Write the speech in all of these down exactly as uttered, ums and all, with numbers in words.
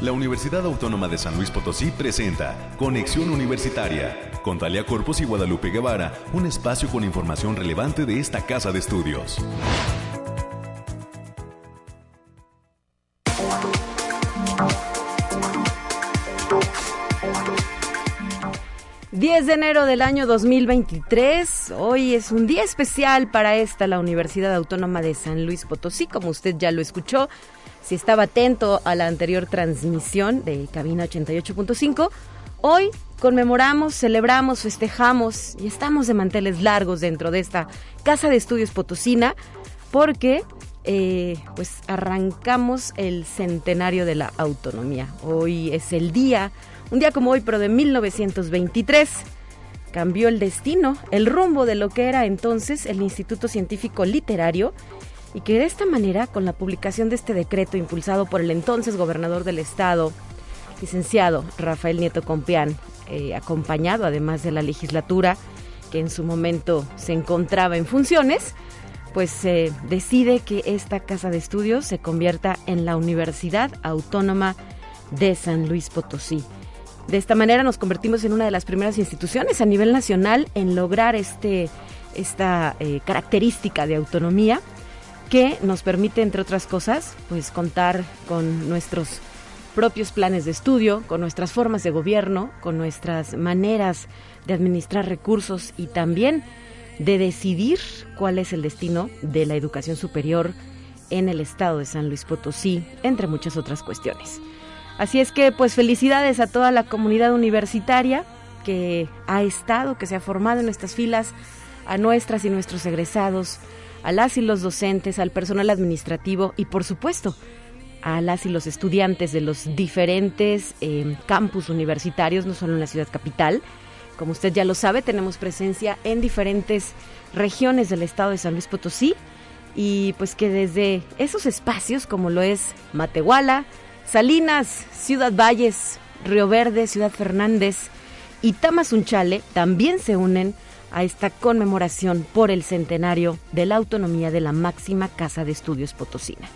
La Universidad Autónoma de San Luis Potosí presenta Conexión Universitaria con Thalia Corpus y Guadalupe Guevara, un espacio con información relevante de esta casa de estudios. diez de enero del año dos mil veintitrés, hoy es un día especial para esta, la Universidad Autónoma de San Luis Potosí, como usted ya lo escuchó, si estaba atento a la anterior transmisión de Cabina ochenta y ocho punto cinco, hoy conmemoramos, celebramos, festejamos y estamos de manteles largos dentro de esta Casa de Estudios Potosina, porque eh, pues arrancamos el centenario de la autonomía. Hoy es el día... Un día como hoy, pero de mil novecientos veintitrés, cambió el destino, el rumbo de lo que era entonces el Instituto Científico Literario, y que de esta manera, con la publicación de este decreto impulsado por el entonces gobernador del estado, licenciado Rafael Nieto Compeán, eh, acompañado además de la legislatura, que en su momento se encontraba en funciones, pues eh, decide que esta casa de estudios se convierta en la Universidad Autónoma de San Luis Potosí. De esta manera nos convertimos en una de las primeras instituciones a nivel nacional en lograr este, esta eh, característica de autonomía que nos permite, entre otras cosas, pues contar con nuestros propios planes de estudio, con nuestras formas de gobierno, con nuestras maneras de administrar recursos y también de decidir cuál es el destino de la educación superior en el estado de San Luis Potosí, entre muchas otras cuestiones. Así es que, pues, felicidades a toda la comunidad universitaria que ha estado, que se ha formado en estas filas, a nuestras y nuestros egresados, a las y los docentes, al personal administrativo y, por supuesto, a las y los estudiantes de los diferentes eh, campus universitarios, no solo en la ciudad capital. Como usted ya lo sabe, tenemos presencia en diferentes regiones del estado de San Luis Potosí y, pues, que desde esos espacios, como lo es Matehuala, Salinas, Ciudad Valles, Río Verde, Ciudad Fernández y Tamazunchale también se unen a esta conmemoración por el centenario de la autonomía de la máxima Casa de Estudios Potosina.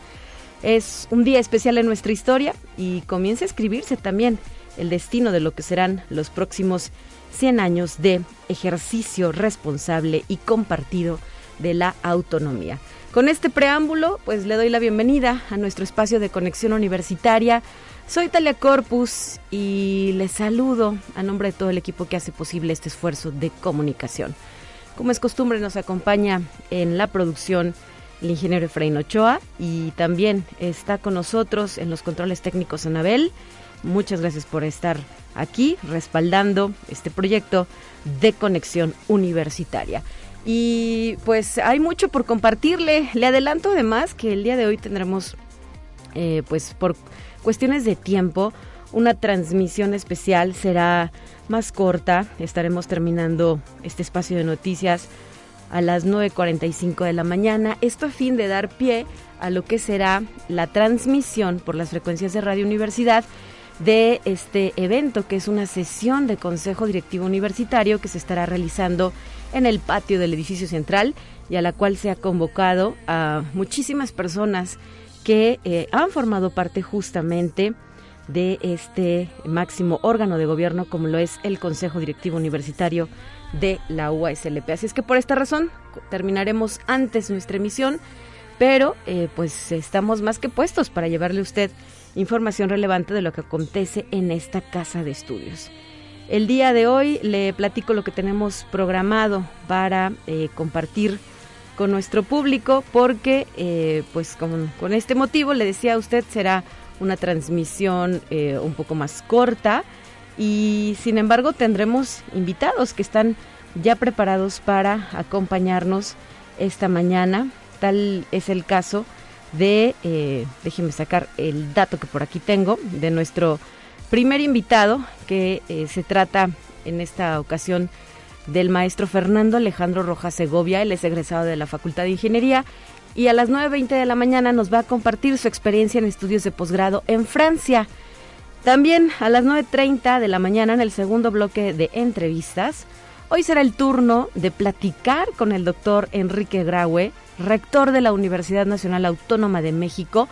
Es un día especial en nuestra historia y comienza a escribirse también el destino de lo que serán los próximos cien años de ejercicio responsable y compartido de la autonomía. Con este preámbulo, pues le doy la bienvenida a nuestro espacio de conexión universitaria. Soy Thalia Corpus y les saludo a nombre de todo el equipo que hace posible este esfuerzo de comunicación. Como es costumbre, nos acompaña en la producción el ingeniero Efraín Ochoa y también está con nosotros en los controles técnicos Anabel. Muchas gracias por estar aquí respaldando este proyecto de conexión universitaria. Y pues hay mucho por compartirle. Le adelanto además que el día de hoy tendremos, eh, pues por cuestiones de tiempo, una transmisión especial. Será más corta. Estaremos terminando este espacio de noticias a las nueve cuarenta y cinco de la mañana. Esto a fin de dar pie a lo que será la transmisión por las frecuencias de Radio Universidad de este evento, que es una sesión de Consejo Directivo Universitario que se estará realizando en el patio del edificio central y a la cual se ha convocado a muchísimas personas que eh, han formado parte justamente de este máximo órgano de gobierno como lo es el Consejo Directivo Universitario de la U A S L P. Así es que por esta razón terminaremos antes nuestra emisión, pero eh, pues estamos más que puestos para llevarle a usted información relevante de lo que acontece en esta casa de estudios. El día de hoy le platico lo que tenemos programado para eh, compartir con nuestro público, porque eh, pues con, con este motivo, le decía a usted, será una transmisión eh, un poco más corta y sin embargo tendremos invitados que están ya preparados para acompañarnos esta mañana. Tal es el caso de, eh, déjenme sacar el dato que por aquí tengo, de nuestro primer invitado, que eh, se trata en esta ocasión del maestro Fernando Alejandro Rojas Segovia. Él es egresado de la Facultad de Ingeniería y a las nueve veinte de la mañana nos va a compartir su experiencia en estudios de posgrado en Francia. También a las nueve treinta de la mañana, en el segundo bloque de entrevistas, hoy será el turno de platicar con el doctor Enrique Graue, rector de la Universidad Nacional Autónoma de México,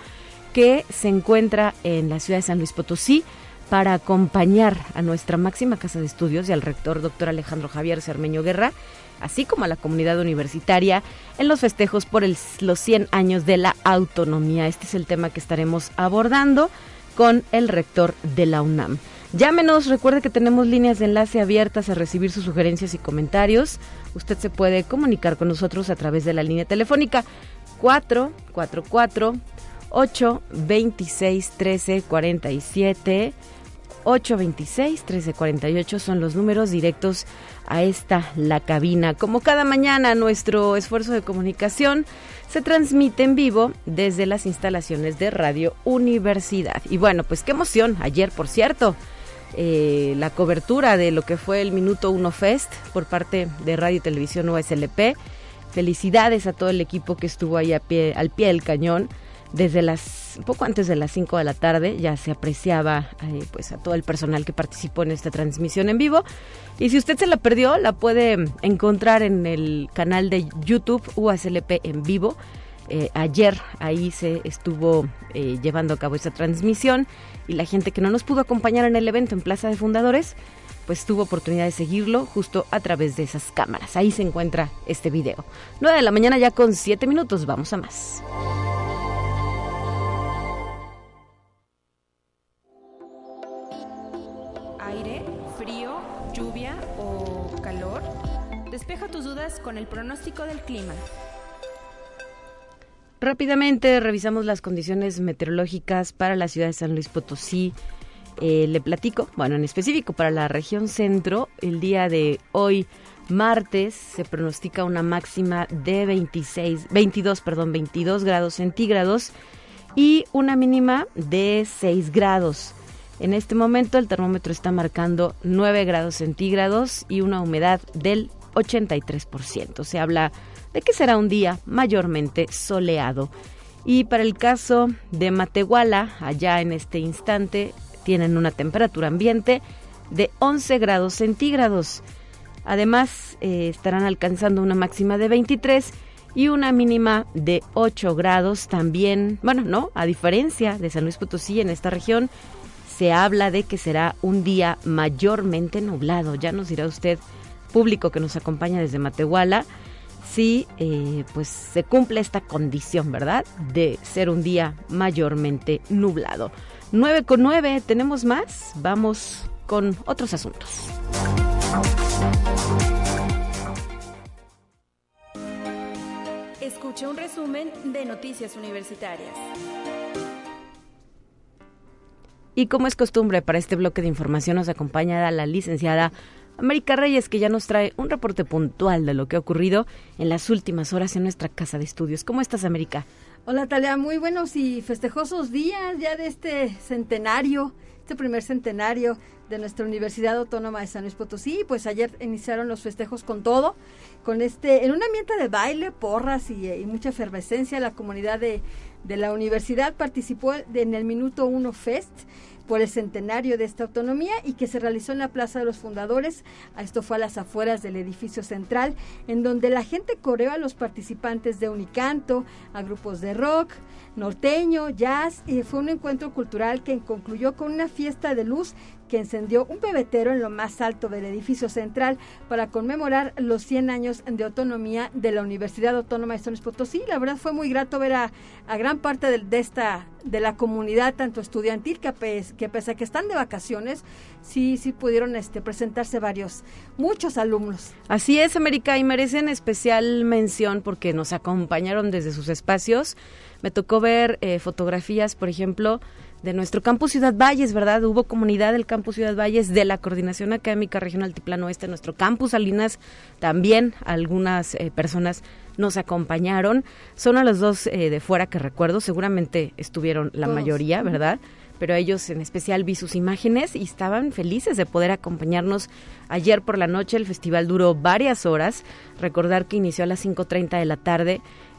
que se encuentra en la ciudad de San Luis Potosí para acompañar a nuestra máxima casa de estudios y al rector doctor Alejandro Javier Cermeño Guerra, así como a la comunidad universitaria en los festejos por el, los cien años de la autonomía. Este es el tema que estaremos abordando con el rector de la UNAM. Llámenos, recuerde que tenemos líneas de enlace abiertas a recibir sus sugerencias y comentarios. Usted se puede comunicar con nosotros a través de la línea telefónica cuatro cuatro cuatro, ocho dos seis, uno tres cuatro siete, ocho dos seis, uno tres cuatro ocho son los números directos a esta, la cabina. Como cada mañana, nuestro esfuerzo de comunicación se transmite en vivo desde las instalaciones de Radio Universidad. Y bueno, pues qué emoción. Ayer, por cierto, eh, la cobertura de lo que fue el Minuto Uno Fest por parte de Radio y Televisión U S L P. Felicidades a todo el equipo que estuvo ahí a pie, al pie del cañón. Desde las, un poco antes de las cinco de la tarde ya se apreciaba eh, pues a todo el personal que participó en esta transmisión en vivo. Y si usted se la perdió, la puede encontrar en el canal de YouTube U S L P en vivo. Eh, ayer ahí se estuvo eh, llevando a cabo esta transmisión y la gente que no nos pudo acompañar en el evento en Plaza de Fundadores, pues tuvo oportunidad de seguirlo justo a través de esas cámaras. Ahí se encuentra este video. nueve de la mañana ya con siete minutos, vamos a más. Aire, frío, lluvia o calor. Despeja tus dudas con el pronóstico del clima. Rápidamente revisamos las condiciones meteorológicas para la ciudad de San Luis Potosí. Eh, le platico, bueno, en específico para la región centro, el día de hoy, martes, se pronostica una máxima de veintiséis, veintidós, perdón, veintidós grados centígrados y una mínima de seis grados. En este momento el termómetro está marcando nueve grados centígrados y una humedad del ochenta y tres por ciento. Se habla de que será un día mayormente soleado. Y para el caso de Matehuala, allá en este instante, tienen una temperatura ambiente de once grados centígrados. Además, eh, estarán alcanzando una máxima de veintitrés y una mínima de ocho grados también. Bueno, no, a diferencia de San Luis Potosí, en esta región se habla de que será un día mayormente nublado. Ya nos dirá usted, público que nos acompaña desde Matehuala, si eh, pues se cumple esta condición, ¿verdad?, de ser un día mayormente nublado. nueve con nueve, ¿tenemos más? Vamos con otros asuntos. Escucha un resumen de Noticias Universitarias. Y como es costumbre para este bloque de información, nos acompaña la licenciada América Reyes, que ya nos trae un reporte puntual de lo que ha ocurrido en las últimas horas en nuestra casa de estudios. ¿Cómo estás, América? Hola, Talia, muy buenos y festejosos días ya de este centenario, este primer centenario de nuestra Universidad Autónoma de San Luis Potosí. Pues ayer iniciaron los festejos con todo, con este, en un ambiente de baile, porras y, y mucha efervescencia. La comunidad de, de la universidad participó en el Minuto Uno Fest por el centenario de esta autonomía y que se realizó en la Plaza de los Fundadores. Esto fue a las afueras del edificio central, en donde la gente coreó a los participantes de Unicanto, a grupos de rock, norteño, jazz, y fue un encuentro cultural que concluyó con una fiesta de luz que encendió un pebetero en lo más alto del edificio central para conmemorar los cien años de autonomía de la Universidad Autónoma de San Luis Potosí. La verdad fue muy grato ver a, a gran parte de, de esta de la comunidad, tanto estudiantil, que, pes, que pese a que están de vacaciones, sí sí pudieron este presentarse varios, muchos alumnos. Así es, América, y merecen especial mención porque nos acompañaron desde sus espacios. Me tocó ver eh, fotografías, por ejemplo, de nuestro campus Ciudad Valles, ¿verdad? Hubo comunidad del campus Ciudad Valles, de la Coordinación Académica Regional Altiplano Oeste, nuestro campus Salinas, también algunas eh, personas nos acompañaron. Son a los dos eh, de fuera que recuerdo, seguramente estuvieron la Todos. mayoría, ¿verdad? Pero ellos en especial vi sus imágenes y estaban felices de poder acompañarnos ayer por la noche. El festival duró varias horas. Recordar que inició a las cinco treinta de la tarde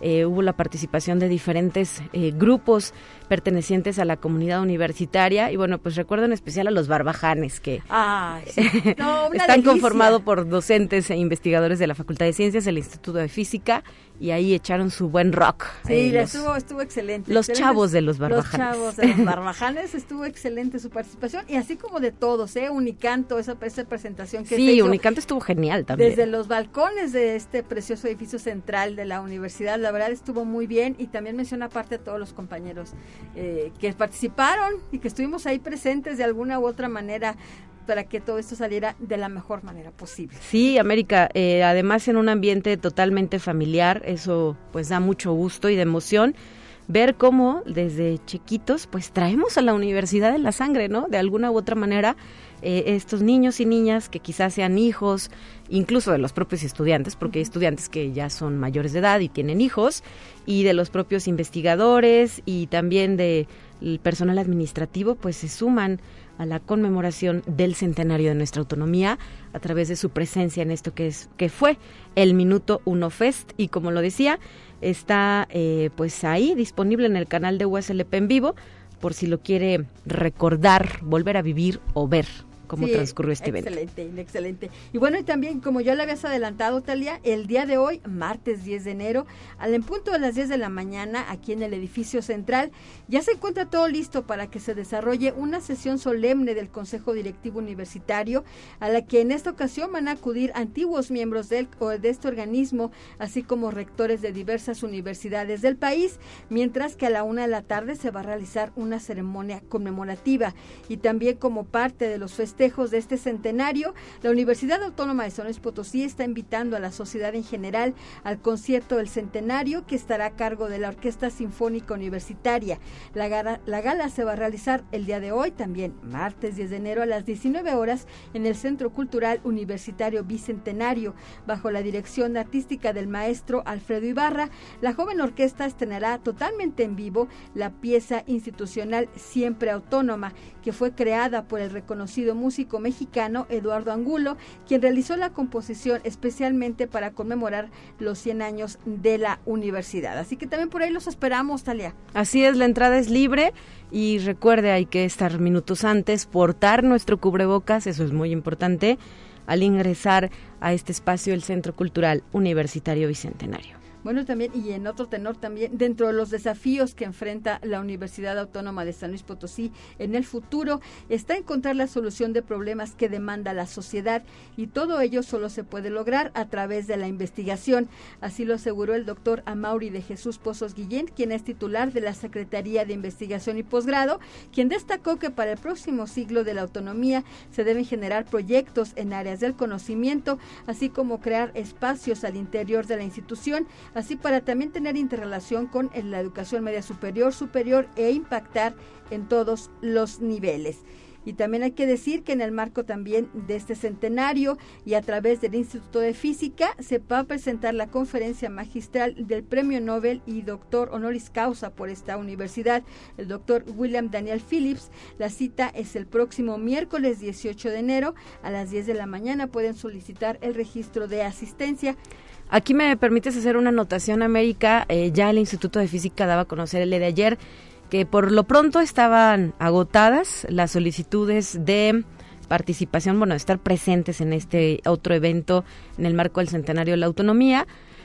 Eh, hubo la participación de diferentes eh, grupos pertenecientes a la comunidad universitaria y bueno, pues recuerdo en especial a los barbajanes que Ay, sí. No, una están delicia. conformados por docentes e investigadores de la Facultad de Ciencias, del Instituto de Física y ahí echaron su buen rock. Sí, eh, los, los, estuvo, estuvo excelente. Los excelente. chavos de los barbajanes. Los chavos de los barbajanes, estuvo excelente su participación y así como de todos, ¿eh? Unicanto, esa, esa presentación que sí, se hizo. Unicanto estuvo genial también. Desde los balcones de este precioso edificio central de la universidad, la verdad estuvo muy bien y también menciona aparte a todos los compañeros eh, que participaron y que estuvimos ahí presentes de alguna u otra manera para que todo esto saliera de la mejor manera posible. Sí, América, eh, además en un ambiente totalmente familiar, eso pues da mucho gusto y de emoción ver cómo desde chiquitos pues traemos a la universidad en la sangre, ¿no? De alguna u otra manera, eh, estos niños y niñas que quizás sean hijos, incluso de los propios estudiantes, porque hay estudiantes que ya son mayores de edad y tienen hijos, y de los propios investigadores y también del personal administrativo, pues se suman a la conmemoración del centenario de nuestra autonomía a través de su presencia en esto que es que fue el Minuto Uno Fest y como lo decía, está eh, pues ahí disponible en el canal de U S L P en vivo por si lo quiere recordar, volver a vivir o ver cómo sí, transcurrió este excelente, evento. Excelente. Y bueno, y también, como ya le habías adelantado, Talia, el día de hoy, martes diez de enero, al en punto de las diez de la mañana, aquí en el edificio central, ya se encuentra todo listo para que se desarrolle una sesión solemne del Consejo Directivo Universitario, a la que en esta ocasión van a acudir antiguos miembros del, de este organismo, así como rectores de diversas universidades del país, mientras que a la una de la tarde se va a realizar una ceremonia conmemorativa. Y también como parte de los festejos de este centenario, la Universidad Autónoma de San Luis Potosí está invitando a la sociedad en general al concierto del centenario que estará a cargo de la Orquesta Sinfónica Universitaria. La gala, la gala se va a realizar el día de hoy, también martes diez de enero a las diecinueve horas en el Centro Cultural Universitario Bicentenario, bajo la dirección artística del maestro Alfredo Ibarra. La joven orquesta estrenará totalmente en vivo la pieza institucional Siempre Autónoma, que fue creada por el reconocido músico mexicano Eduardo Angulo, quien realizó la composición especialmente para conmemorar los cien años de la universidad. Así que también por ahí los esperamos, Talia. Así es, la entrada es libre y recuerde, hay que estar minutos antes, portar nuestro cubrebocas, eso es muy importante, al ingresar a este espacio del Centro Cultural Universitario Bicentenario. Bueno, también, y en otro tenor también, dentro de los desafíos que enfrenta la Universidad Autónoma de San Luis Potosí en el futuro, está encontrar la solución de problemas que demanda la sociedad, y todo ello solo se puede lograr a través de la investigación. Así lo aseguró el doctor Amaury de Jesús Pozos Guillén, quien es titular de la Secretaría de Investigación y Posgrado, quien destacó que para el próximo siglo de la autonomía se deben generar proyectos en áreas del conocimiento, así como crear espacios al interior de la institución, así para también tener interrelación con la educación media superior, superior e impactar en todos los niveles. Y también hay que decir que en el marco también de este centenario y a través del Instituto de Física se va a presentar la conferencia magistral del Premio Nobel y doctor honoris causa por esta universidad, el doctor William Daniel Phillips. La cita es el próximo miércoles dieciocho de enero a las diez de la mañana. Pueden solicitar el registro de asistencia. Aquí me permites hacer una anotación, América. Eh, ya el Instituto de Física daba a conocer el día de ayer que por lo pronto estaban agotadas las solicitudes de participación, bueno, de estar presentes en este otro evento en el marco del Centenario de la Autonomía,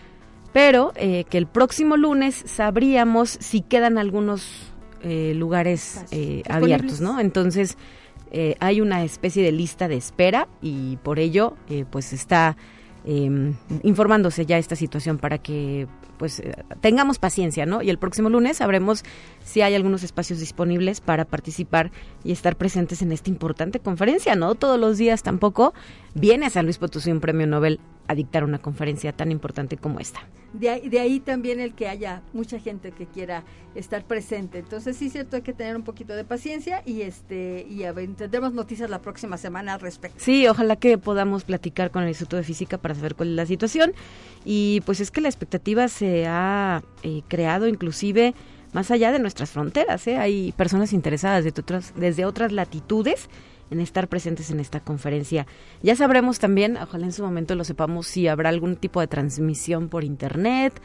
pero eh, que el próximo lunes sabríamos si quedan algunos eh, lugares eh, abiertos, ¿no? Entonces eh, hay una especie de lista de espera y por ello eh, pues está Eh, informándose ya esta situación para que pues eh, tengamos paciencia, ¿no? Y el próximo lunes sabremos si hay algunos espacios disponibles para participar y estar presentes en esta importante conferencia, ¿no? Todos los días tampoco viene a San Luis Potosí un premio Nobel a dictar una conferencia tan importante como esta. De ahí, de ahí también el que haya mucha gente que quiera estar presente. Entonces sí es cierto, hay que tener un poquito de paciencia y este y a ver, tendremos noticias la próxima semana al respecto. Sí, ojalá que podamos platicar con el Instituto de Física para saber cuál es la situación. Y pues es que la expectativa se ha eh, creado inclusive más allá de nuestras fronteras, ¿eh? Hay personas interesadas de otras, desde otras latitudes en estar presentes en esta conferencia. Ya sabremos también, ojalá en su momento lo sepamos, si habrá algún tipo de transmisión por internet,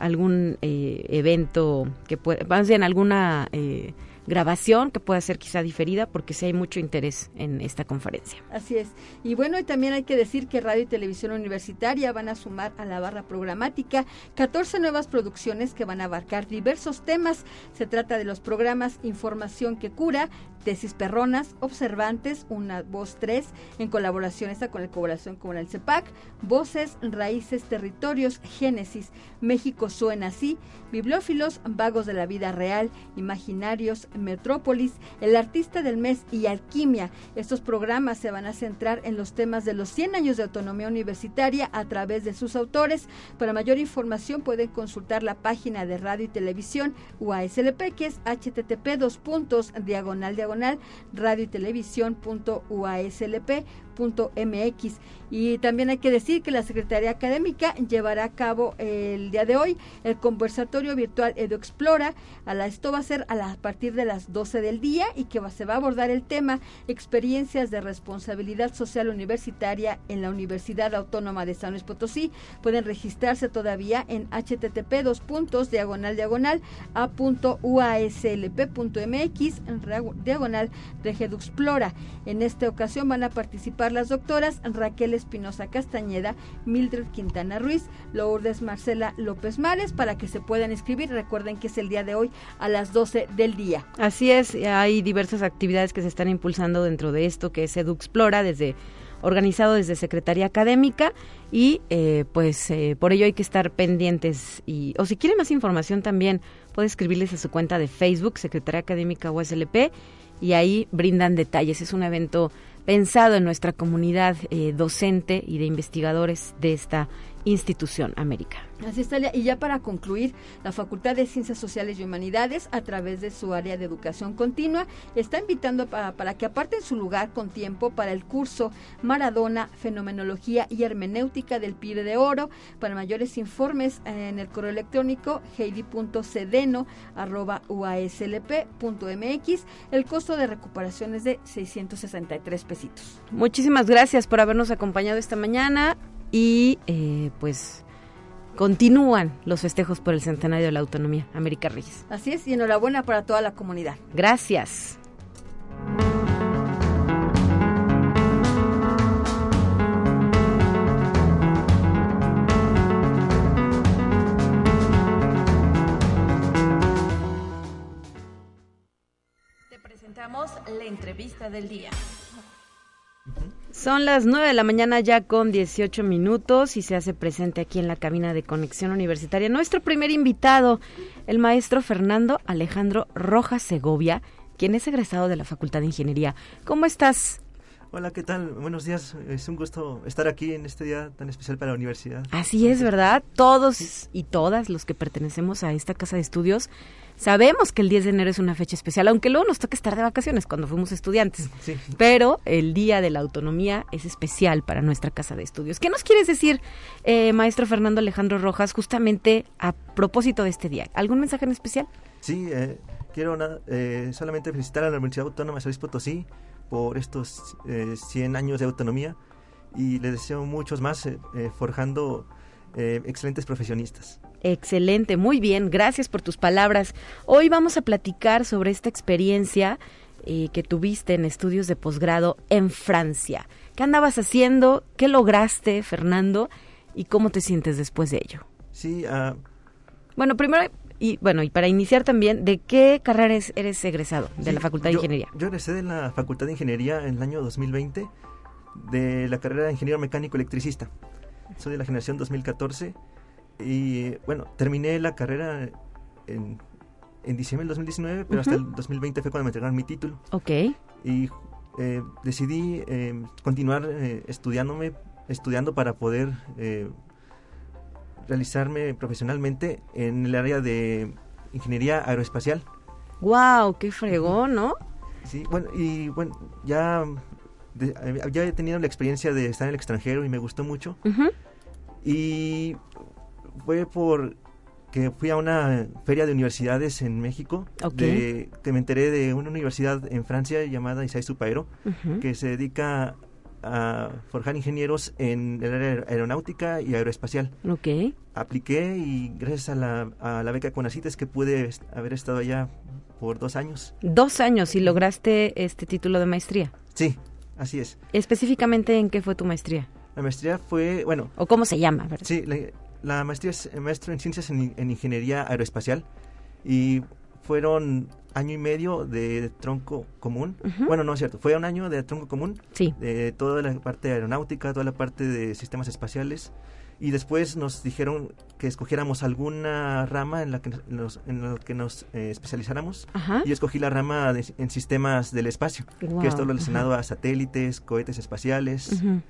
algún eh, evento que pueda, más bien alguna eh, grabación que pueda ser quizá diferida, porque sí hay mucho interés en esta conferencia. Así es. Y bueno, y también hay que decir que Radio y Televisión Universitaria van a sumar a la barra programática catorce nuevas producciones que van a abarcar diversos temas. Se trata de los programas Información que Cura, Tesis Perronas, Observantes, Una Voz tres, en colaboración esta con la colaboración con el CEPAC, Voces, Raíces, Territorios, Génesis, México Suena Así, Bibliófilos, Vagos de la Vida Real, Imaginarios, Metrópolis, El Artista del Mes y Alquimia. Estos programas se van a centrar en los temas de los cien años de autonomía universitaria a través de sus autores. Para mayor información pueden consultar la página de Radio y Televisión U A S L P, que es http dos puntos diagonal diagonal radio y televisión punto u a s l p punto m x. Y también hay que decir que la Secretaría Académica llevará a cabo el día de hoy el conversatorio virtual EduExplora. A la, esto va a ser a, la, a partir de las doce del día y que va, se va a abordar el tema experiencias de responsabilidad social universitaria en la Universidad Autónoma de San Luis Potosí. Pueden registrarse todavía en http dos puntos diagonal diagonal a punto u a s l p punto m x diagonal EduExplora. En esta ocasión van a participar las doctoras Raquel Espinosa Castañeda, Mildred Quintana Ruiz, Lourdes Marcela López Mares, para que se puedan inscribir. Recuerden que es el día de hoy a las doce del día. Así es, hay diversas actividades que se están impulsando dentro de esto que es EduExplora, desde organizado desde Secretaría Académica, y eh, pues eh, por ello hay que estar pendientes, y o si quieren más información también puede escribirles a su cuenta de Facebook, Secretaría Académica U A S L P, y ahí brindan detalles. Es un evento pensado en nuestra comunidad eh, docente y de investigadores de esta institución, América. Así está, y ya para concluir, la Facultad de Ciencias Sociales y Humanidades, a través de su área de educación continua, está invitando para, para que aparten su lugar con tiempo para el curso Maradona, Fenomenología y Hermenéutica del Pire de Oro. Para mayores informes, en el correo electrónico heidi punto cedeno arroba u a s l p punto m x. El costo de recuperación es de seiscientos sesenta y tres pesitos. Muchísimas gracias por habernos acompañado esta mañana y eh, pues continúan los festejos por el centenario de la autonomía. América Reyes. Así es, y enhorabuena para toda la comunidad. Gracias. Te presentamos la entrevista del día. Son las nueve de la mañana ya con dieciocho minutos y se hace presente aquí en la cabina de Conexión Universitaria nuestro primer invitado, el maestro Fernando Alejandro Rojas Segovia, quien es egresado de la Facultad de Ingeniería. ¿Cómo estás? Hola, ¿qué tal? Buenos días. Es un gusto estar aquí en este día tan especial para la universidad. Así es, ¿verdad? Todos y todas los que pertenecemos a esta casa de estudios sabemos que el diez de enero es una fecha especial, aunque luego nos toca estar de vacaciones cuando fuimos estudiantes. Sí. Pero el Día de la Autonomía es especial para nuestra casa de estudios. ¿Qué nos quieres decir, eh, maestro Fernando Alejandro Rojas, justamente a propósito de este día? ¿Algún mensaje en especial? Sí, eh, quiero nada, eh, solamente felicitar a la Universidad Autónoma de San Luis Potosí por estos eh, cien años de autonomía y les deseo muchos más, eh, eh, forjando eh, excelentes profesionistas. Excelente, muy bien, gracias por tus palabras. Hoy vamos a platicar sobre esta experiencia eh, que tuviste en estudios de posgrado en Francia. ¿Qué andabas haciendo? ¿Qué lograste, Fernando? ¿Y cómo te sientes después de ello? Sí, uh, bueno, primero... Y bueno, y para iniciar también, ¿de qué carrera eres, eres egresado de sí, la Facultad yo, de Ingeniería? Yo egresé de la Facultad de Ingeniería en el año dos mil veinte, de la carrera de Ingeniero Mecánico Electricista. Soy de la generación dos mil catorce y, bueno, terminé la carrera en, en diciembre del dos mil diecinueve, pero uh-huh. hasta el dos mil veinte fue cuando me entregaron mi título. Ok. Y eh, decidí eh, continuar eh, estudiándome, estudiando para poder... Eh, realizarme profesionalmente en el área de ingeniería aeroespacial. Wow, qué fregón, ¿no? Sí, bueno, y bueno, ya, de, ya he tenido la experiencia de estar en el extranjero y me gustó mucho. Uh-huh. Y fue por que fui a una feria de universidades en México, okay. de, que me enteré de una universidad en Francia llamada Isaïe Soupaero, uh-huh. que se dedica a forjar ingenieros en el área aeronáutica y aeroespacial. Ok. Apliqué y gracias a la, a la beca CONACYT es que pude est- haber estado allá por dos años. Dos años y lograste este título de maestría. Sí, así es. Específicamente, ¿en qué fue tu maestría? La maestría fue, bueno... ¿O cómo se llama, verdad? Sí, la, la maestría es maestro en ciencias en, en ingeniería aeroespacial y fueron año y medio de tronco común. Uh-huh. Bueno, no es cierto, fue un año de tronco común, sí. de toda la parte aeronáutica, toda la parte de sistemas espaciales, y después nos dijeron que escogiéramos alguna rama en la que nos, en la que nos eh, especializáramos. Ajá. Y escogí la rama de, en sistemas del espacio, wow. que es todo relacionado Ajá. a satélites, cohetes espaciales, uh-huh.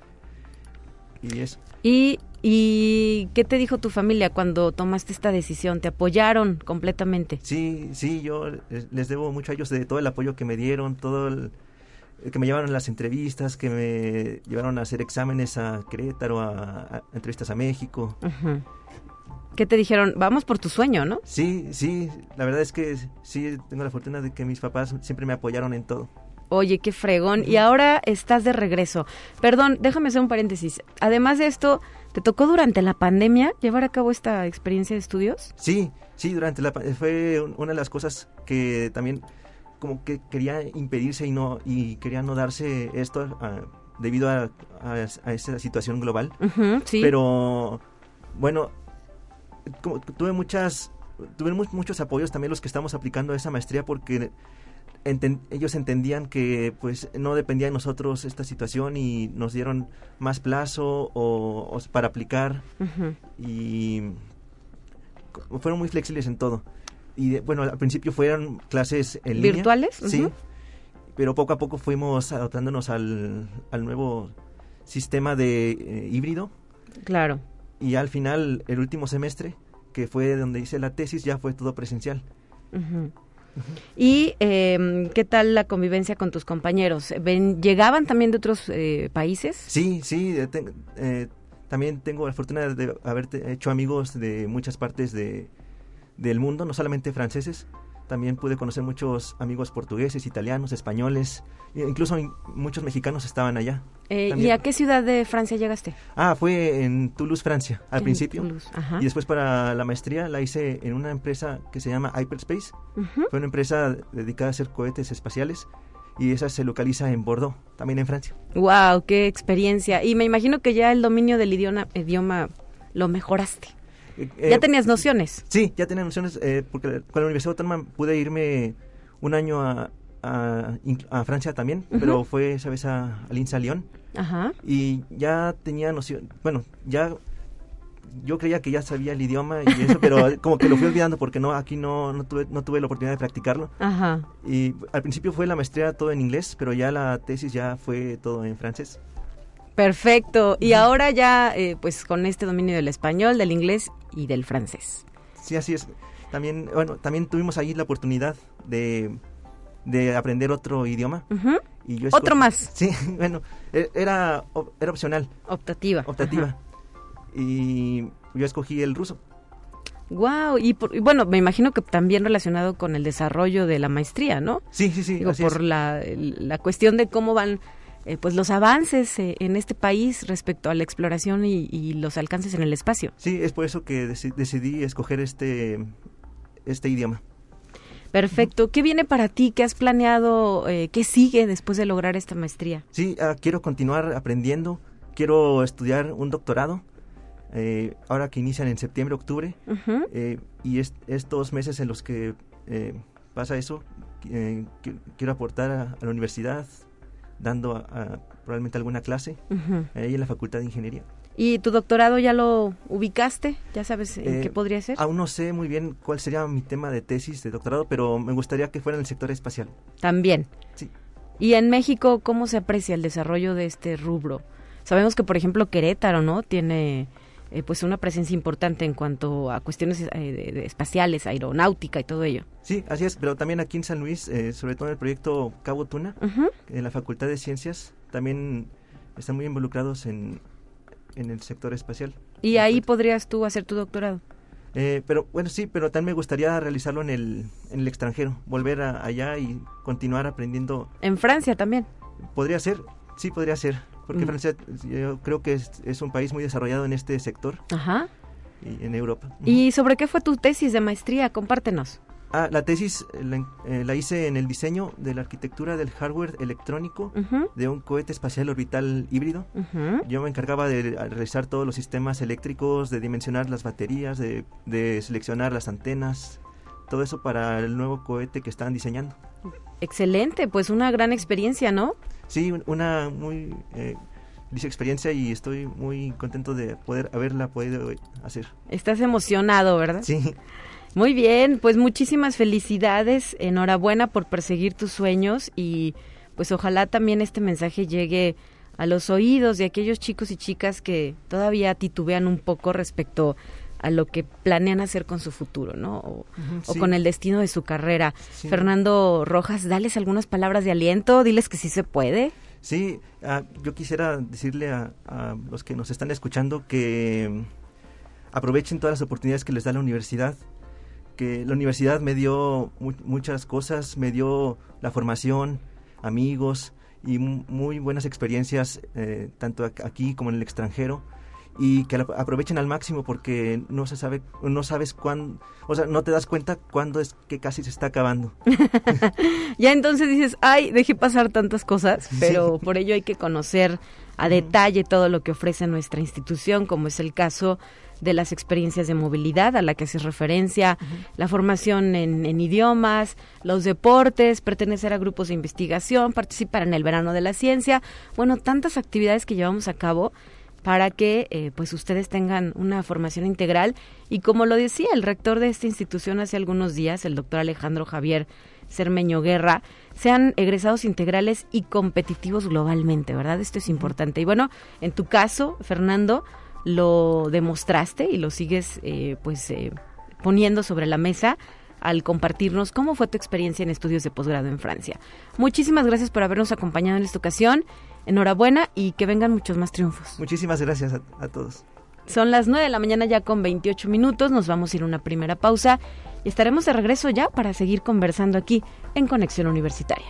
y eso. ¿Y, ¿Y qué te dijo tu familia cuando tomaste esta decisión? ¿Te apoyaron completamente? Sí, sí, yo les debo mucho a ellos de todo el apoyo que me dieron, todo el, que me llevaron a las entrevistas, que me llevaron a hacer exámenes a Querétaro, a, a entrevistas a México. Uh-huh. ¿Qué te dijeron? Vamos por tu sueño, ¿no? Sí, sí, la verdad es que sí, tengo la fortuna de que mis papás siempre me apoyaron en todo. Oye, qué fregón. Y ahora estás de regreso. Perdón, déjame hacer un paréntesis. Además de esto, ¿te tocó durante la pandemia llevar a cabo esta experiencia de estudios? Sí, sí, durante la pandemia. Fue una de las cosas que también como que quería impedirse y no y quería no darse esto uh, debido a, a, a esta situación global. Uh-huh, sí. Pero, bueno, como, tuve muchas, tuve mu- muchos apoyos también los que estamos aplicando a esa maestría porque... Enten, ellos entendían que pues no dependía de nosotros esta situación y nos dieron más plazo o, o para aplicar uh-huh. y fueron muy flexibles en todo. Y de, bueno, al principio fueron clases en línea. ¿Virtuales? Uh-huh. Sí, pero poco a poco fuimos adaptándonos al, al nuevo sistema de eh, híbrido. Claro. Y al final, el último semestre, que fue donde hice la tesis, ya fue todo presencial. Uh-huh. Uh-huh. ¿Y eh, qué tal la convivencia con tus compañeros? ¿Ven, ¿Llegaban también de otros eh, países? Sí, sí, te, eh, también tengo la fortuna de haber hecho amigos de muchas partes de, del mundo, no solamente franceses. También pude conocer muchos amigos portugueses, italianos, españoles, incluso muchos mexicanos estaban allá. Eh, ¿Y a qué ciudad de Francia llegaste? Ah, fue en Toulouse, Francia, al en principio. Toulouse, ajá. Y después para la maestría la hice en una empresa que se llama Hyperspace. Uh-huh. Fue una empresa dedicada a hacer cohetes espaciales y esa se localiza en Bordeaux, también en Francia. ¡Wow! ¡Qué experiencia! Y me imagino que ya el dominio del idioma, idioma lo mejoraste. Eh, ¿Ya tenías nociones? Sí, ya tenía nociones, eh, porque con la Universidad Autónoma pude irme un año a, a, a Francia también, uh-huh. pero fue esa vez a, a Linz, a Lyon. Ajá. Y ya tenía noción, bueno, ya yo creía que ya sabía el idioma y eso, pero como que lo fui olvidando porque no aquí no no tuve no tuve la oportunidad de practicarlo. Ajá. Y al principio fue la maestría todo en inglés, pero ya la tesis ya fue todo en francés. Perfecto. Y ahora ya, eh, pues con este dominio del español, del inglés y del francés. Sí, así es. También, bueno, también tuvimos ahí la oportunidad de, de aprender otro idioma. Uh-huh. Y yo ¿Otro más? Sí, bueno, era, era opcional. Optativa. Optativa. Ajá. Y yo escogí el ruso. Wow, y, por, y bueno, me imagino que también relacionado con el desarrollo de la maestría, ¿no? Sí, sí, sí. Digo, así por es. la, la cuestión de cómo van eh, pues los avances eh, en este país respecto a la exploración y, y los alcances en el espacio. Sí, es por eso que dec- decidí escoger este, este idioma. Perfecto. ¿Qué viene para ti? ¿Qué has planeado? Eh, ¿Qué sigue después de lograr esta maestría? Sí, uh, quiero continuar aprendiendo. Quiero estudiar un doctorado. Eh, ahora que inician en septiembre, octubre. Uh-huh. Eh, y es, estos meses en los que eh, pasa eso, eh, que, quiero aportar a, a la universidad, dando a, a, probablemente alguna clase uh-huh. ahí en la Facultad de Ingeniería. ¿Y tu doctorado ya lo ubicaste? ¿Ya sabes en eh, qué podría ser? Aún no sé muy bien cuál sería mi tema de tesis de doctorado, pero me gustaría que fuera en el sector espacial. También. Sí. ¿Y en México cómo se aprecia el desarrollo de este rubro? Sabemos que, por ejemplo, Querétaro, ¿no? Tiene eh, pues una presencia importante en cuanto a cuestiones eh, de, de espaciales, aeronáutica y todo ello. Sí, así es, pero también aquí en San Luis, eh, sobre todo en el proyecto Cabo Tuna, uh-huh. en la Facultad de Ciencias, también están muy involucrados en, en el sector espacial. ¿Y ahí podrías tú hacer tu doctorado? Eh, pero bueno, sí, pero también me gustaría realizarlo en el, en el extranjero, volver a, allá y continuar aprendiendo. ¿En Francia también? Podría ser, sí, podría ser. porque Mm. Francia yo creo que es, es un país muy desarrollado en este sector. Ajá. Y en Europa. ¿Y sobre qué fue tu tesis de maestría? Compártenos. Ah, la tesis la, eh, la hice en el diseño de la arquitectura del hardware electrónico Uh-huh. de un cohete espacial orbital híbrido. Uh-huh. Yo me encargaba de realizar todos los sistemas eléctricos, de dimensionar las baterías, de, de seleccionar las antenas, todo eso para el nuevo cohete que estaban diseñando. Excelente, pues una gran experiencia, ¿no? Sí, una muy eh, dicha experiencia y estoy muy contento de poder haberla podido hacer. Estás emocionado, ¿verdad? Sí. Muy bien, pues muchísimas felicidades, enhorabuena por perseguir tus sueños y pues ojalá también este mensaje llegue a los oídos de aquellos chicos y chicas que todavía titubean un poco respecto a lo que planean hacer con su futuro, ¿no? O, Uh-huh, o sí. con el destino de su carrera. Sí. Fernando Rojas, dales algunas palabras de aliento, diles que sí se puede. Sí, uh, yo quisiera decirle a, a los que nos están escuchando que um, aprovechen todas las oportunidades que les da la universidad, que la universidad me dio mu- muchas cosas, me dio la formación, amigos y m- muy buenas experiencias, eh, tanto ac- aquí como en el extranjero, y que la aprovechen al máximo porque no se sabe, no sabes cuándo, o sea, no te das cuenta cuándo es que casi se está acabando. Ya entonces dices, ay, dejé pasar tantas cosas, pero Sí. por ello hay que conocer a detalle todo lo que ofrece nuestra institución, como es el caso de las experiencias de movilidad a la que haces referencia, uh-huh. la formación en, en idiomas, los deportes, pertenecer a grupos de investigación, participar en el verano de la ciencia, bueno, tantas actividades que llevamos a cabo para que eh, pues ustedes tengan una formación integral y como lo decía el rector de esta institución hace algunos días, el doctor Alejandro Javier Cermeño Guerra, sean egresados integrales y competitivos globalmente, ¿verdad? Esto es importante. Y bueno, en tu caso, Fernando, lo demostraste y lo sigues eh, pues eh, poniendo sobre la mesa al compartirnos cómo fue tu experiencia en estudios de posgrado en Francia. Muchísimas gracias por habernos acompañado en esta ocasión. Enhorabuena y que vengan muchos más triunfos. Muchísimas gracias a, a todos. Son las nueve de la mañana ya con veintiocho minutos, nos vamos a ir a una primera pausa y estaremos de regreso ya para seguir conversando aquí en Conexión Universitaria.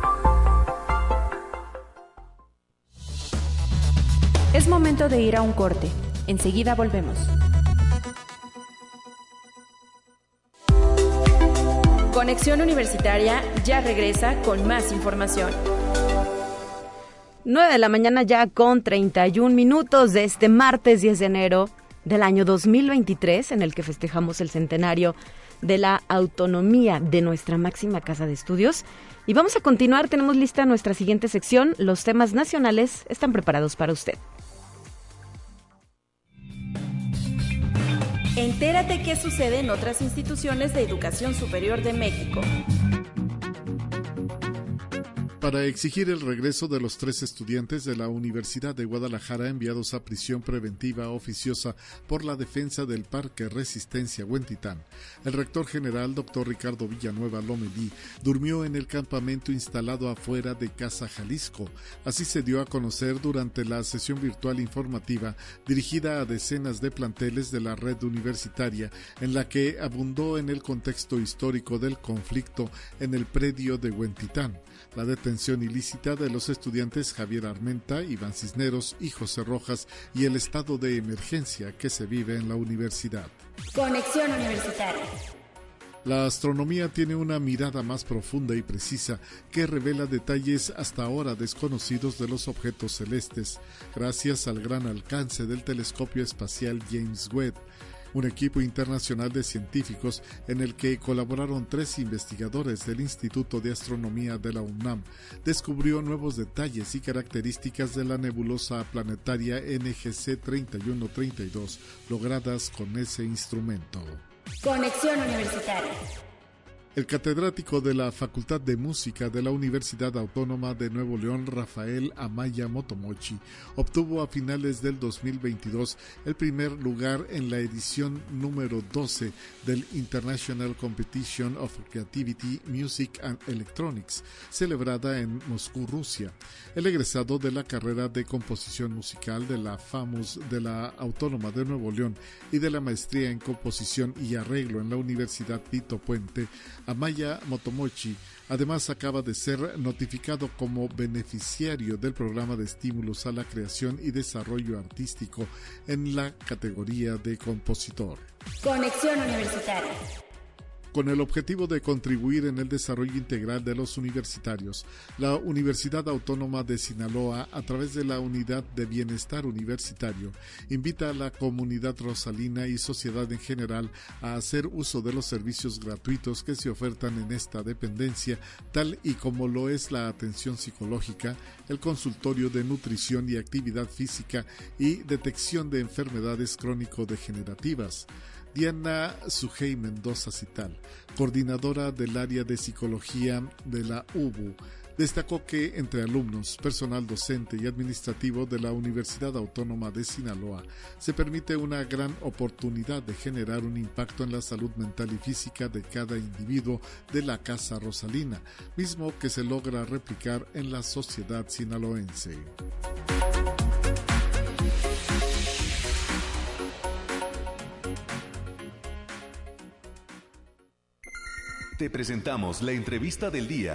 Es momento de ir a un corte. Enseguida volvemos. Conexión Universitaria ya regresa con más información. nueve de la mañana ya con treinta y un minutos de este martes diez de enero del año dos mil veintitrés, en el que festejamos el centenario de la autonomía de nuestra máxima casa de estudios. Y vamos a continuar, tenemos lista nuestra siguiente sección, los temas nacionales están preparados para usted. Entérate qué sucede en otras instituciones de educación superior de México. Para exigir el regreso de los tres estudiantes de la Universidad de Guadalajara enviados a prisión preventiva oficiosa por la defensa del Parque Resistencia Huentitán, el rector general, doctor Ricardo Villanueva Lomelí, durmió en el campamento instalado afuera de Casa Jalisco. Así se dio a conocer durante la sesión virtual informativa dirigida a decenas de planteles de la red universitaria, en la que abundó en el contexto histórico del conflicto en el predio de Huentitán, la detención ilícita de los estudiantes Javier Armenta, Iván Cisneros y José Rojas y el estado de emergencia que se vive en la universidad. Conexión Universitaria. La astronomía tiene una mirada más profunda y precisa que revela detalles hasta ahora desconocidos de los objetos celestes, gracias al gran alcance del telescopio espacial James Webb, un equipo internacional de científicos en el que colaboraron tres investigadores del Instituto de Astronomía de la UNAM, descubrió nuevos detalles y características de la nebulosa planetaria N G C treinta y uno treinta y dos, logradas con ese instrumento. Conexión Universitaria. El catedrático de la Facultad de Música de la Universidad Autónoma de Nuevo León, Rafael Amaya Motomochi, obtuvo a finales del dos mil veintidós el primer lugar en la edición número doce del International Competition of Creativity, Music and Electronics, celebrada en Moscú, Rusia. El egresado de la carrera de composición musical de la FAMUS de la Autónoma de Nuevo León y de la maestría en composición y arreglo en la Universidad Tito Puente, Amaya Motomochi además acaba de ser notificado como beneficiario del programa de estímulos a la creación y desarrollo artístico en la categoría de compositor. Conexión Universitaria. Con el objetivo de contribuir en el desarrollo integral de los universitarios, la Universidad Autónoma de Sinaloa, a través de la Unidad de Bienestar Universitario, invita a la comunidad rosalina y sociedad en general a hacer uso de los servicios gratuitos que se ofertan en esta dependencia, tal y como lo es la atención psicológica, el consultorio de nutrición y actividad física y detección de enfermedades crónico-degenerativas. Diana Sujei Mendoza Cital, coordinadora del área de psicología de la U B U, destacó que entre alumnos, personal docente y administrativo de la Universidad Autónoma de Sinaloa se permite una gran oportunidad de generar un impacto en la salud mental y física de cada individuo de la Casa Rosalina, mismo que se logra replicar en la sociedad sinaloense. Te presentamos la entrevista del día.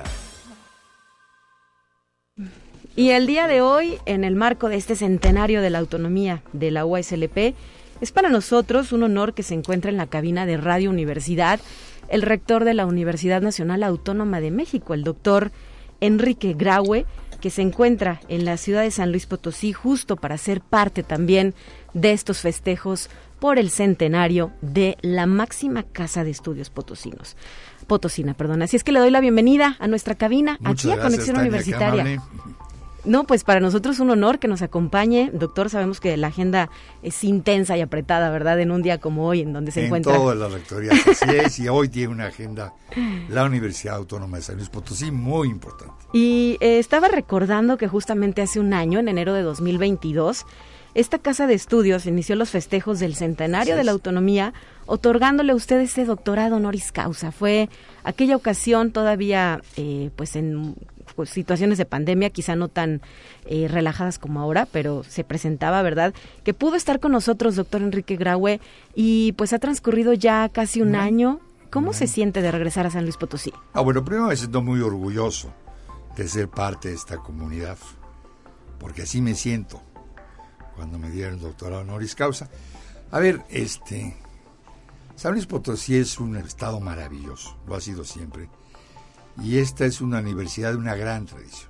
Y el día de hoy, en el marco de este centenario de la autonomía de la U A S L P, es para nosotros un honor que se encuentre en la cabina de Radio Universidad el rector de la Universidad Nacional Autónoma de México, el doctor Enrique Graue, que se encuentra en la ciudad de San Luis Potosí justo para ser parte también de estos festejos por el centenario de la máxima casa de estudios potosinos. Potosina, perdón. Así es que le doy la bienvenida a nuestra cabina, Muchas aquí a gracias, Conexión Tania, Universitaria. No, pues para nosotros es un honor que nos acompañe. Doctor, sabemos que la agenda es intensa y apretada, ¿verdad? En un día como hoy, en donde se en encuentra... En todas las rectorías, así es, y hoy tiene una agenda la Universidad Autónoma de San Luis Potosí muy importante. Y eh, estaba recordando que justamente hace un año, en enero de dos mil veintidós, esta casa de estudios inició los festejos del centenario sí, de la autonomía, otorgándole a usted ese doctorado honoris causa. Fue aquella ocasión todavía, eh, pues en pues, situaciones de pandemia, quizá no tan eh, relajadas como ahora, pero se presentaba, ¿verdad? Que pudo estar con nosotros, doctor Enrique Graue, y pues ha transcurrido ya casi un no, año. ¿Cómo no. se siente de regresar a San Luis Potosí? Ah, bueno, primero me siento muy orgulloso de ser parte de esta comunidad, porque así me siento cuando me dieron el doctorado honoris causa. A ver, este, San Luis Potosí es un estado maravilloso, lo ha sido siempre, y esta es una universidad de una gran tradición,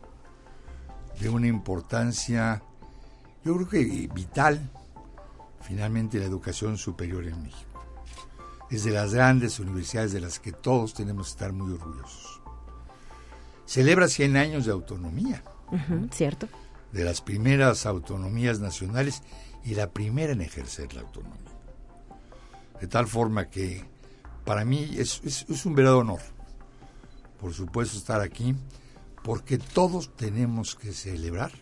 de una importancia, yo creo que vital, finalmente, la educación superior en México. Es de las grandes universidades de las que todos tenemos que estar muy orgullosos. Celebra cien años de autonomía. Uh-huh, cierto. De las primeras autonomías nacionales y la primera en ejercer la autonomía. De tal forma que para mí es, es, es un verdadero honor, por supuesto, estar aquí, porque todos tenemos que celebrar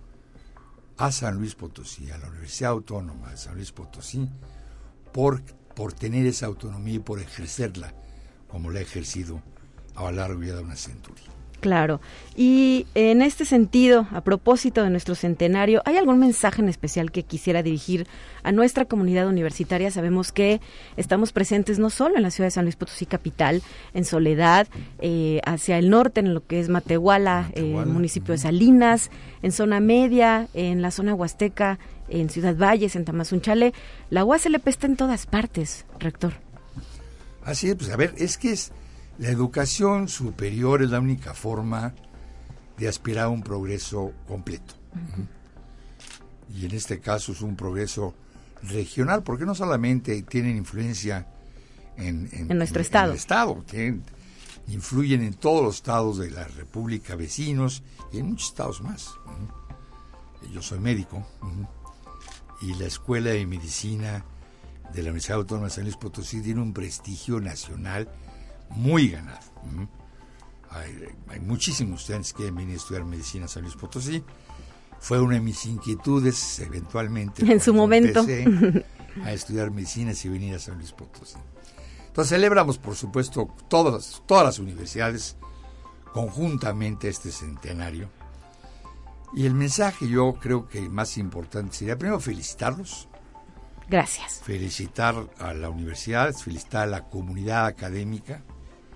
a San Luis Potosí, a la Universidad Autónoma de San Luis Potosí, por, por tener esa autonomía y por ejercerla como la ha ejercido a lo largo ya de una centuria. Claro, y en este sentido, a propósito de nuestro centenario, ¿hay algún mensaje en especial que quisiera dirigir a nuestra comunidad universitaria? Sabemos que estamos presentes no solo en la ciudad de San Luis Potosí capital, en Soledad, eh, hacia el norte, en lo que es Matehuala, el eh, municipio de Salinas, en zona media, en la zona huasteca, en Ciudad Valles, en Tamazunchale. La U A S L P está en todas partes, rector. Así es, pues a ver, es que es... La educación superior es la única forma de aspirar a un progreso completo. Uh-huh. Y en este caso es un progreso regional, porque no solamente tienen influencia en, en, en nuestro en, estado, en el estado tienen, influyen en todos los estados de la República vecinos y en muchos estados más. Uh-huh. Yo soy médico, uh-huh, y la Escuela de Medicina de la Universidad Autónoma de San Luis Potosí tiene un prestigio nacional muy ganado. Uh-huh. Hay, hay muchísimos estudiantes que quieren venir a estudiar medicina a San Luis Potosí. Fue una de mis inquietudes, eventualmente, en su momento, empecé a estudiar medicina y venir a San Luis Potosí. Entonces celebramos, por supuesto, todas, todas las universidades conjuntamente este centenario. Y el mensaje, yo creo que más importante sería, primero, felicitarlos. Gracias. Felicitar a la universidad, felicitar a la comunidad académica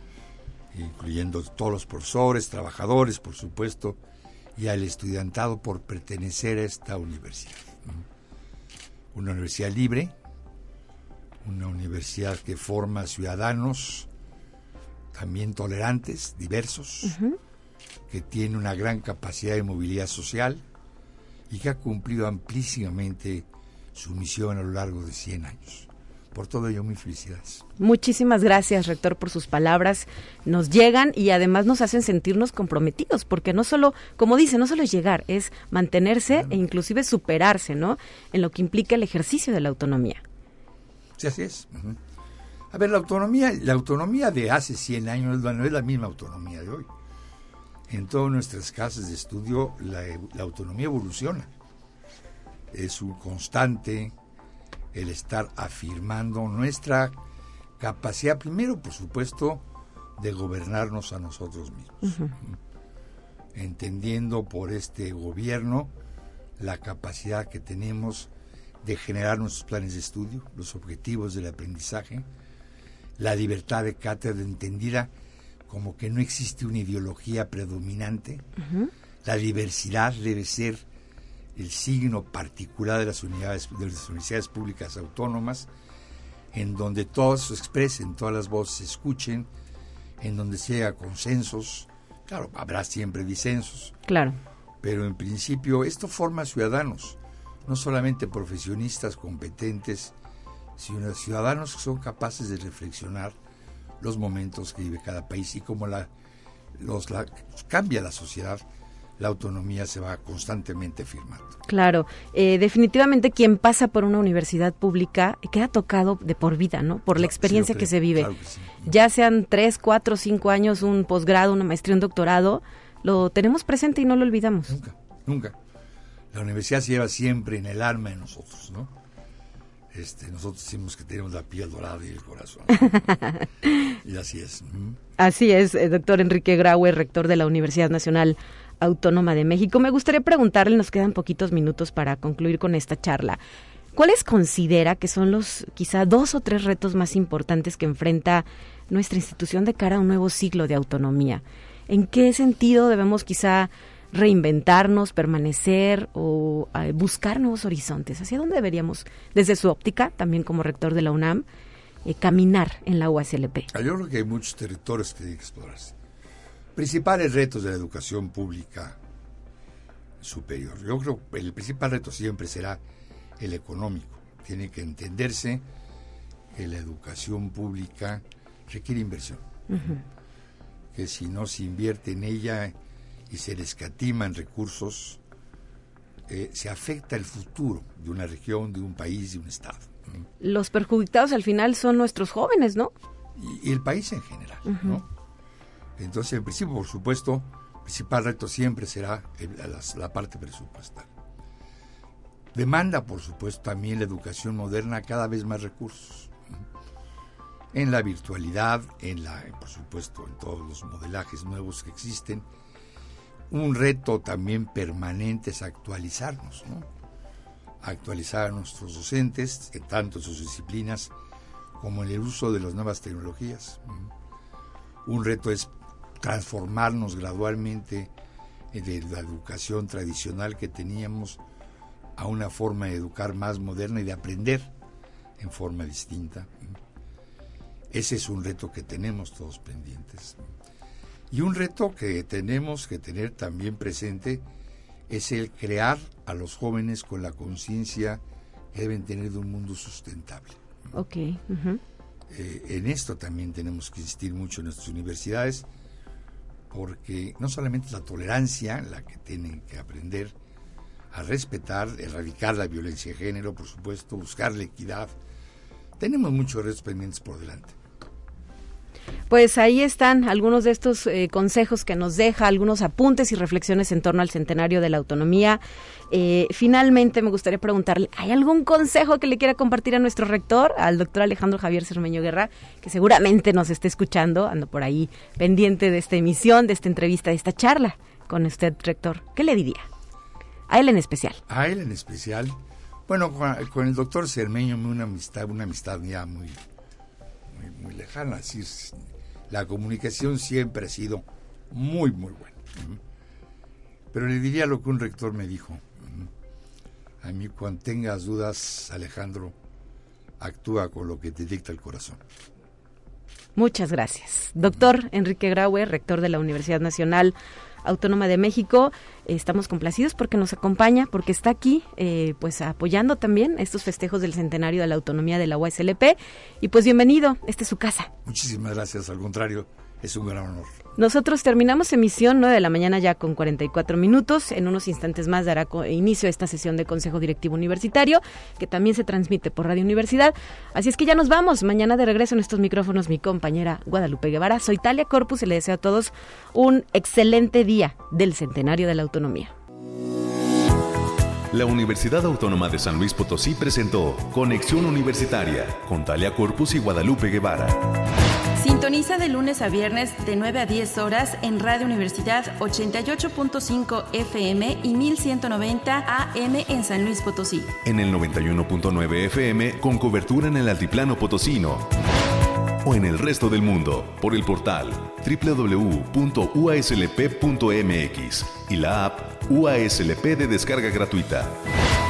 incluyendo todos los profesores, trabajadores, por supuesto, y al estudiantado por pertenecer a esta universidad. Una universidad libre, una universidad que forma ciudadanos también tolerantes, diversos, uh-huh. que tiene una gran capacidad de movilidad social y que ha cumplido amplísimamente su misión a lo largo de cien años. Por todo ello, muy felicidades. Muchísimas gracias, rector, por sus palabras. Nos llegan y además nos hacen sentirnos comprometidos, porque no solo, como dice, no solo es llegar, es mantenerse bueno. e inclusive superarse, ¿no? En lo que implica el ejercicio de la autonomía. Sí, así es. Uh-huh. A ver, la autonomía, la autonomía de hace cien años no es la misma autonomía de hoy. En todas nuestras casas de estudio, la, la autonomía evoluciona. Es un constante el estar afirmando nuestra capacidad, primero, por supuesto, de gobernarnos a nosotros mismos. Uh-huh. Entendiendo por este gobierno la capacidad que tenemos de generar nuestros planes de estudio, los objetivos del aprendizaje, la libertad de cátedra entendida como que no existe una ideología predominante. Uh-huh. La diversidad debe ser el signo particular de las unidades, de las universidades públicas autónomas, en donde todos se expresen, todas las voces se escuchen, en donde se llega a consensos. Claro, habrá siempre disensos. Claro. Pero en principio esto forma ciudadanos, no solamente profesionistas competentes, sino ciudadanos que son capaces de reflexionar los momentos que vive cada país y cómo la, los, la, cambia la sociedad. La autonomía se va constantemente firmando. Claro, eh, definitivamente quien pasa por una universidad pública queda tocado de por vida, ¿no? Por la experiencia sí, que se vive. Claro que sí. Ya sean tres, cuatro, cinco años, un posgrado, una maestría, un doctorado, lo tenemos presente y no lo olvidamos. Nunca, nunca. La universidad se lleva siempre en el alma de nosotros, ¿no? Este, nosotros decimos que tenemos la piel dorada y el corazón. Y así es. ¿Mm? Así es, eh, doctor Enrique Graue, rector de la Universidad Nacional Autónoma de México. Me gustaría preguntarle, nos quedan poquitos minutos para concluir con esta charla, ¿cuáles considera que son los quizá dos o tres retos más importantes que enfrenta nuestra institución de cara a un nuevo siglo de autonomía? ¿En qué sentido debemos quizá reinventarnos, permanecer o uh, buscar nuevos horizontes? ¿Hacia dónde deberíamos, desde su óptica, también como rector de la UNAM, eh, caminar en la U A S L P? Yo creo que hay muchos territorios que tienen que explorarse. Principales retos de la educación pública superior. Yo creo que el principal reto siempre será el económico. Tiene que entenderse que la educación pública requiere inversión. Uh-huh. Que si no se invierte en ella y se le escatiman recursos, eh, se afecta el futuro de una región, de un país, de un estado. Los perjudicados al final son nuestros jóvenes, ¿no? Y, y el país en general, uh-huh. ¿no? Entonces, en principio, por supuesto, el principal reto siempre será el, la, la parte presupuestal. Demanda, por supuesto, también la educación moderna cada vez más recursos. En la virtualidad, en la, por supuesto, en todos los modelajes nuevos que existen. Un reto también permanente es actualizarnos, ¿no? Actualizar a nuestros docentes, tanto en sus disciplinas como en el uso de las nuevas tecnologías. Un reto es transformarnos gradualmente de la educación tradicional que teníamos a una forma de educar más moderna y de aprender en forma distinta. Ese es un reto que tenemos todos pendientes. Y un reto que tenemos que tener también presente es el crear a los jóvenes con la conciencia que deben tener de un mundo sustentable. Ok. Uh-huh. Eh, en esto también tenemos que insistir mucho en nuestras universidades, porque no solamente la tolerancia la que tienen que aprender a respetar, erradicar la violencia de género, por supuesto, buscar la equidad. Tenemos muchos retos pendientes por delante. Pues ahí están algunos de estos eh, consejos que nos deja, algunos apuntes y reflexiones en torno al centenario de la autonomía. Eh, finalmente me gustaría preguntarle, ¿hay algún consejo que le quiera compartir a nuestro rector, al doctor Alejandro Javier Cermeño Guerra, que seguramente nos esté escuchando, ando por ahí pendiente de esta emisión, de esta entrevista, de esta charla con usted, rector? ¿Qué le diría? A él en especial. A él en especial. Bueno, con, con el doctor Cermeño una amistad, una amistad ya muy... Muy, muy lejana, así es, La comunicación siempre ha sido muy, muy buena. Pero le diría lo que un rector me dijo. A mí, cuando tengas dudas, Alejandro, actúa con lo que te dicta el corazón. Muchas gracias. Doctor Enrique Graue, rector de la Universidad Nacional Autónoma de México, estamos complacidos porque nos acompaña, porque está aquí, eh, pues apoyando también estos festejos del centenario de la autonomía de la U A S L P. Y pues bienvenido, esta es su casa. Muchísimas gracias, al contrario, es un gran honor. Nosotros terminamos emisión nueve de la mañana ya con cuarenta y cuatro minutos. En unos instantes más dará co- inicio a esta sesión de Consejo Directivo Universitario, que también se transmite por Radio Universidad. Así es que ya nos vamos. Mañana de regreso en estos micrófonos mi compañera Guadalupe Guevara. Soy Talia Corpus y le deseo a todos un excelente día del Centenario de la Autonomía. La Universidad Autónoma de San Luis Potosí presentó Conexión Universitaria con Talia Corpus y Guadalupe Guevara. Sintoniza de lunes a viernes de nueve a diez horas en Radio Universidad ochenta y ocho punto cinco F M y mil ciento noventa A M en San Luis Potosí. En el noventa y uno punto nueve F M con cobertura en el altiplano potosino. O en el resto del mundo por el portal doble u doble u doble u punto u a s l p punto m x y la app U A S L P de descarga gratuita.